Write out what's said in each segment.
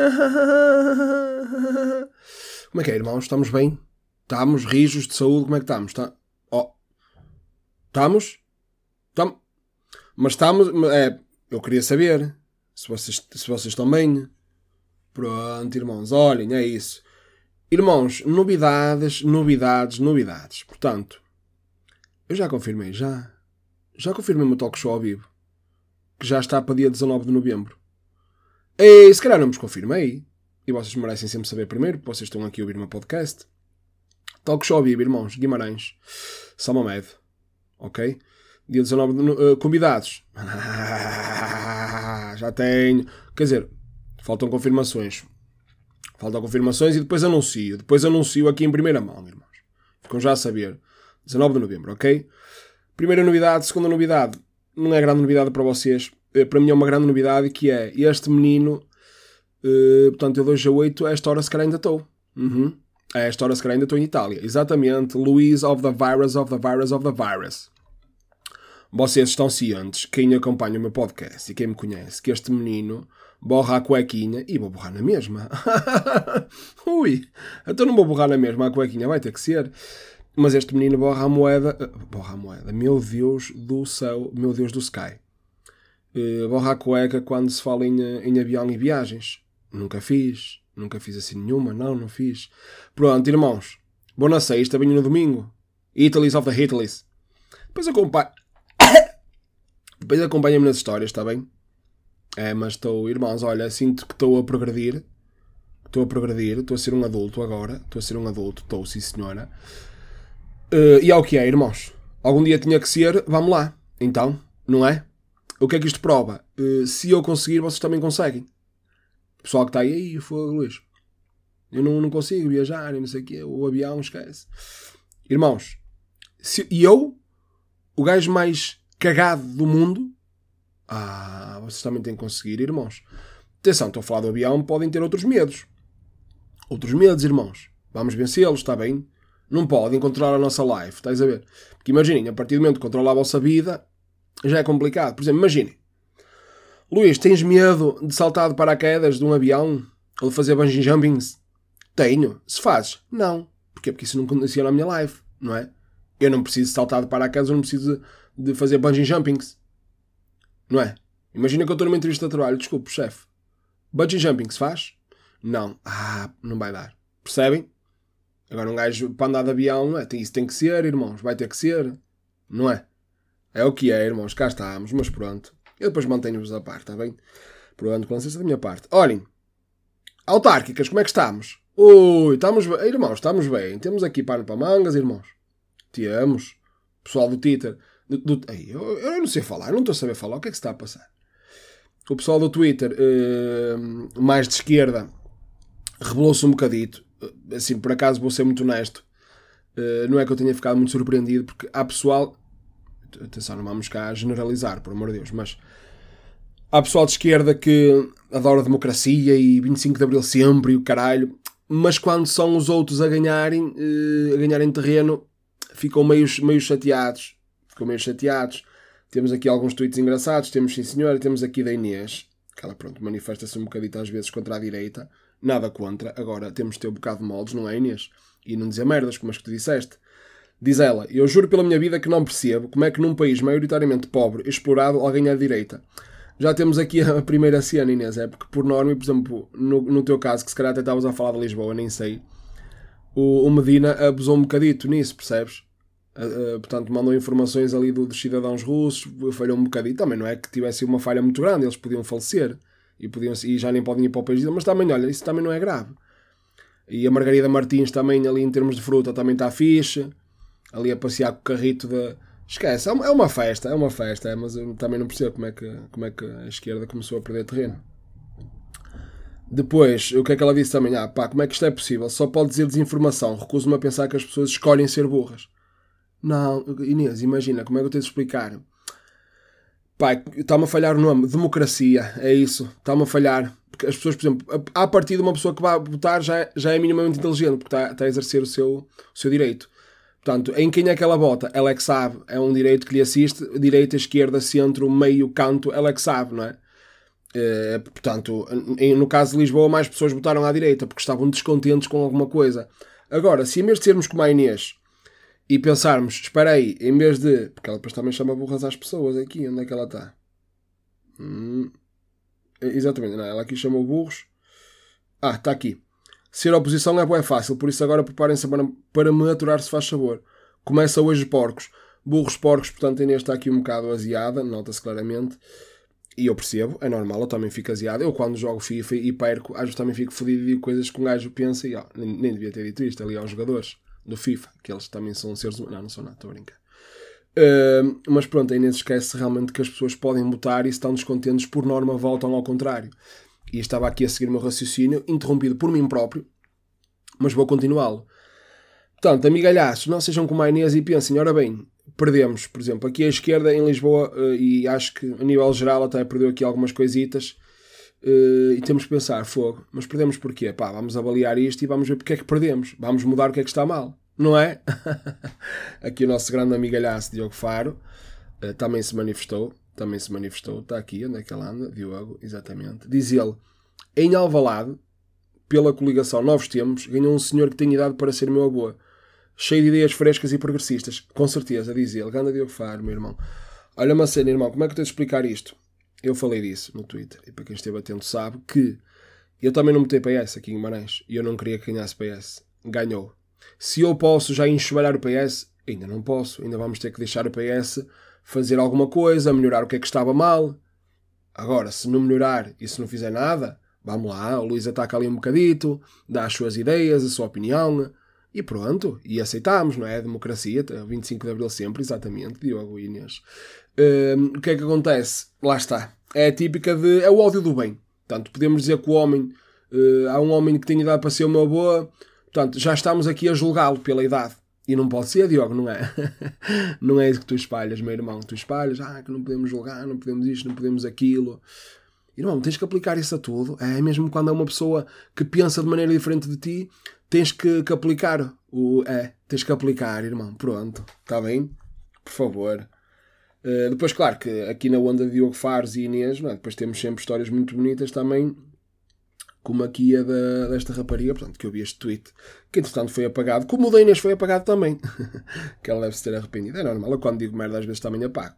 Como é que é, irmãos? Estamos bem? Estamos rijos de saúde? Como é que estamos? Oh. Estamos? Mas estamos... eu queria saber se vocês estão bem. Pronto, irmãos. Olhem, é isso. Irmãos, novidades. Portanto, eu já confirmei, já confirmei o meu talk show ao vivo. Que já está para dia 19 de novembro. E se calhar não vos confirmei. E vocês merecem sempre saber primeiro, porque vocês estão aqui a ouvir o meu podcast. Talk show ao vivo, irmãos. Guimarães. Salmamed. Ok? Dia 19 de convidados. Já tenho. Quer dizer, faltam confirmações. E depois anuncio. Aqui em primeira mão, irmãos. Ficam já a saber. 19 de novembro, ok? Primeira novidade, segunda novidade. Não é grande novidade para vocês. Para mim é uma grande novidade, que é este menino. Portanto, eu 2 a 8, a esta hora se calhar ainda estou. A esta hora se calhar ainda estou em Itália. Exatamente. Luís of the virus. Vocês estão cientes, quem acompanha o meu podcast e quem me conhece, que este menino borra a cuequinha e vou borrar na mesma. Ui, então não vou borrar na mesma a cuequinha, vai ter que ser. Mas este menino borra a moeda. Meu Deus do céu, meu Deus do sky. Borra a cueca quando se fala em avião e viagens. Nunca fiz assim nenhuma, não fiz. Pronto, irmãos, vou na sexta, venho no domingo. Italy's of the Italy's. Depois acompanha-me nas histórias, está bem? Mas estou, irmãos, olha, sinto que estou a progredir. Estou a ser um adulto agora. Estou, sim senhora. E é o que é, irmãos. Algum dia tinha que ser, vamos lá. Então, não é? O que é que isto prova? Se eu conseguir, vocês também conseguem. O pessoal que está aí, fogo, Luís. Eu não consigo viajar e não sei o quê. O avião, esquece. Irmãos, o gajo mais cagado do mundo, vocês também têm que conseguir, irmãos. Atenção, estou a falar do avião, podem ter outros medos. Irmãos. Vamos vencê-los, está bem? Não podem controlar a nossa life, estás a ver? Porque imaginem, a partir do momento que controlar a vossa vida, já é complicado. Por exemplo, imaginem. Luís, tens medo de saltar de paraquedas de um avião? Ou de fazer bungee jumpings? Tenho. Se fazes? Não. Porquê? Porque isso não condiciona a minha life, não é? Eu não preciso saltar de paraquedas, eu não preciso de fazer bungee jumpings. Não é? Imagina que eu estou numa entrevista de trabalho. Desculpe, chefe. Bungee jumping se faz? Não. Não vai dar. Percebem? Agora um gajo para andar de avião, não é? Isso tem que ser, irmãos. Vai ter que ser. Não é? É o que é, irmãos. Cá estamos. Mas pronto. Eu depois mantenho-vos a parte, está bem? Pronto, com licença da minha parte. Olhem. Autárquicas, como é que estamos? Ui, estamos bem. Irmãos, estamos bem. Temos aqui pano para mangas, irmãos. Temos. Pessoal do Twitter. Eu não sei falar. Eu não estou a saber falar. O que é que se está a passar? O pessoal do Twitter, mais de esquerda, revelou-se um bocadito. Assim, por acaso, vou ser muito honesto. Não é que eu tenha ficado muito surpreendido, porque há pessoal... Atenção, não vamos cá generalizar, por amor de Deus, mas há pessoal de esquerda que adora a democracia e 25 de Abril sempre e o caralho, mas quando são os outros a ganharem terreno, ficam meio chateados. Temos aqui alguns tweets engraçados, temos sim senhora, temos aqui da Inês, que ela, pronto, manifesta-se um bocadito às vezes contra a direita, nada contra, agora temos de ter um bocado de moldes, não é, Inês? E não dizer merdas, como as que tu disseste. Diz ela, eu juro pela minha vida que não percebo como é que num país maioritariamente pobre e explorado alguém é de direita. Já temos aqui a primeira cena, Inês, porque por norma, por exemplo, no teu caso, que se calhar até estavas a falar de Lisboa, nem sei, o Medina abusou um bocadito nisso, percebes? Portanto, mandou informações ali dos cidadãos russos, falhou um bocadito. Também não é que tivesse uma falha muito grande, eles podiam falecer e já nem podem ir para o país, mas também, olha, isso também não é grave. E a Margarida Martins também, ali em termos de fruta, também está fixe. Ali a passear com o carrito de... Esquece, é uma festa, mas eu também não percebo como é que a esquerda começou a perder terreno. Depois, o que é que ela disse também? Como é que isto é possível? Só pode dizer desinformação. Recuso-me a pensar que as pessoas escolhem ser burras. Não, Inês, imagina, como é que eu tenho de explicar? Está-me a falhar o nome. Democracia, é isso. Está-me a falhar. Porque as pessoas, por exemplo, a partir de uma pessoa que vai votar já é minimamente inteligente, porque está a exercer o seu direito. Portanto, em quem é que ela vota? Ela é que sabe. É um direito que lhe assiste. Direita, esquerda, centro, meio, canto. Ela é que sabe, não é? Portanto, no caso de Lisboa, mais pessoas votaram à direita porque estavam descontentes com alguma coisa. Agora, se em vez de sermos como a Inês e pensarmos, espera aí, em vez de... Porque ela depois também chama burras às pessoas aqui, onde é que ela está? Exatamente, não, ela aqui chamou burros. Está aqui. Ser oposição é fácil, por isso agora preparem-se para me aturar se faz favor. Começa hoje porcos. Burros, porcos, portanto a Inês está aqui um bocado aziada, nota-se claramente. E eu percebo, é normal, eu também fico aziado. Eu quando jogo FIFA e perco, às vezes também fico fodido e digo coisas que um gajo pensa e nem devia ter dito isto ali aos jogadores do FIFA, que eles também são seres humanos. Não são nada, estou a brincar. Mas pronto, a Inês esquece realmente que as pessoas podem votar e se estão descontentes, por norma, votam ao contrário. E estava aqui a seguir o meu raciocínio, interrompido por mim próprio, mas vou continuá-lo. Portanto, amigalhaços, não sejam como a Inês e pensem, ora bem, perdemos, por exemplo, aqui à esquerda em Lisboa, e acho que a nível geral até perdeu aqui algumas coisitas, e temos que pensar, fogo, mas perdemos porquê? Pá, vamos avaliar isto e vamos ver porque é que perdemos, vamos mudar o que é que está mal, não é? Aqui o nosso grande amigalhaço Diogo Faro também se manifestou, está aqui, onde é que ele anda? Diogo, exatamente. Diz ele, em Alvalade, pela coligação Novos Tempos, ganhou um senhor que tem idade para ser meu avô, cheio de ideias frescas e progressistas, com certeza, diz ele. Ganda Diogo Faro, meu irmão. Olha uma cena, irmão, como é que eu tenho de explicar isto? Eu falei disso no Twitter, e para quem esteve atento sabe que eu também não metei PS aqui em Guimarães, e eu não queria que ganhasse PS. Ganhou. Se eu posso já enxovalhar o PS, ainda não posso, ainda vamos ter que deixar o PS fazer alguma coisa, melhorar o que é que estava mal. Agora, se não melhorar e se não fizer nada, vamos lá, o Luís ataca ali um bocadito, dá as suas ideias, a sua opinião, e pronto, e aceitamos, não é? A democracia, 25 de Abril sempre, exatamente, Diogo e Inês. O que é que acontece? Lá está. É a típica de... é o ódio do bem. Portanto, podemos dizer que o homem... há um homem que tem idade para ser o meu avô, portanto, já estamos aqui a julgá-lo pela idade. E não pode ser, Diogo, não é? Não é isso que tu espalhas, meu irmão. Tu espalhas, que não podemos julgar, não podemos isto, não podemos aquilo. Irmão, tens que aplicar isso a tudo. É mesmo quando é uma pessoa que pensa de maneira diferente de ti, tens que aplicar. Tens que aplicar, irmão. Pronto, está bem? Por favor. Depois, claro, que aqui na onda de Diogo Faros e Inês, não é? Depois temos sempre histórias muito bonitas também, como aqui a desta rapariga, portanto, que eu vi este tweet, que entretanto foi apagado, como o da Inês foi apagado também, que ela deve-se ter arrependido. É normal, eu quando digo merda às vezes também apago.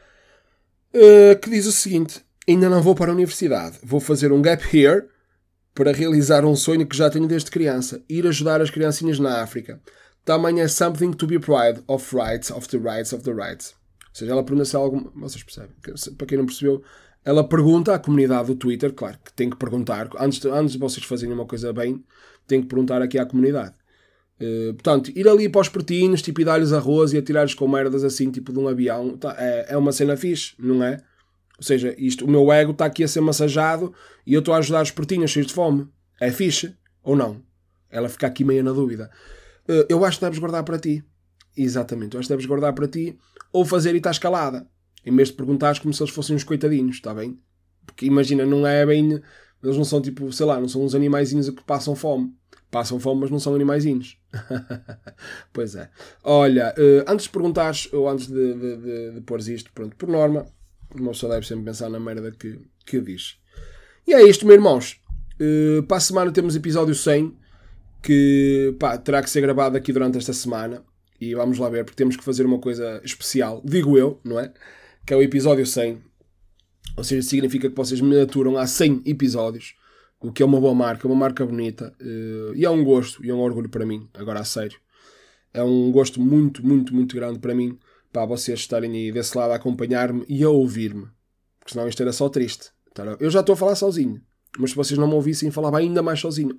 Que diz o seguinte: ainda não vou para a universidade, vou fazer um gap year para realizar um sonho que já tenho desde criança, ir ajudar as criancinhas na África. Também é something to be proud of rights, of the rights, of the rights. Ou seja, ela pergunta se há algum... Vocês percebem? Para quem não percebeu, ela pergunta à comunidade do Twitter, claro que tem que perguntar, antes de vocês fazerem uma coisa bem, tem que perguntar aqui à comunidade. Portanto, ir ali para os pertinhos, tipo, e dar-lhes arroz e atirar-lhes com merdas assim, tipo de um avião, é uma cena fixe, não é? Ou seja, o meu ego está aqui a ser massajado e eu estou a ajudar os pertinhos cheios de fome. É fixe ou não? Ela fica aqui meio na dúvida. Eu acho que deves guardar para ti. Exatamente, eu acho que deves guardar para ti ou fazer e estás calada. Em vez de perguntares como se eles fossem uns coitadinhos, está bem? Porque imagina, não é bem... Eles não são tipo, sei lá, não são uns animaizinhos que passam fome. Passam fome, mas não são animaizinhos. Pois é. Olha, antes de perguntares, ou antes de pôres isto, pronto, por norma, uma pessoa deve sempre pensar na merda que diz. E é isto, meus irmãos. Para a semana temos episódio 100, que terá que ser gravado aqui durante esta semana. E vamos lá ver, porque temos que fazer uma coisa especial, digo eu, não é? Que é o episódio 100. Ou seja, significa que vocês me aturam há 100 episódios, o que é uma boa marca, uma marca bonita. E é um gosto e é um orgulho para mim, agora a sério. É um gosto muito, muito, muito grande para mim, para vocês estarem aí desse lado a acompanhar-me e a ouvir-me. Porque senão isto era só triste. Eu já estou a falar sozinho, mas se vocês não me ouvissem, falava ainda mais sozinho.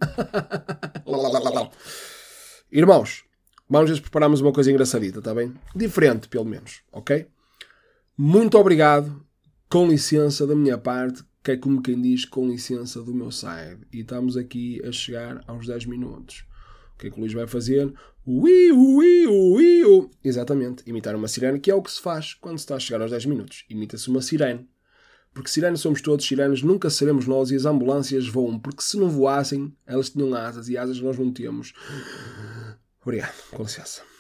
Irmãos, vamos ver se prepararmos uma coisa engraçadita, está bem? Diferente, pelo menos, ok? Muito obrigado, com licença da minha parte, que é como quem diz, com licença do meu side. E estamos aqui a chegar aos 10 minutos. O que é que o Luís vai fazer? Exatamente, imitar uma sirene, que é o que se faz quando se está a chegar aos 10 minutos. Imita-se uma sirene. Porque sirenes somos todos, sirenes nunca seremos nós, e as ambulâncias voam, porque se não voassem, elas tinham asas, e asas nós não temos. Obrigado, com licença.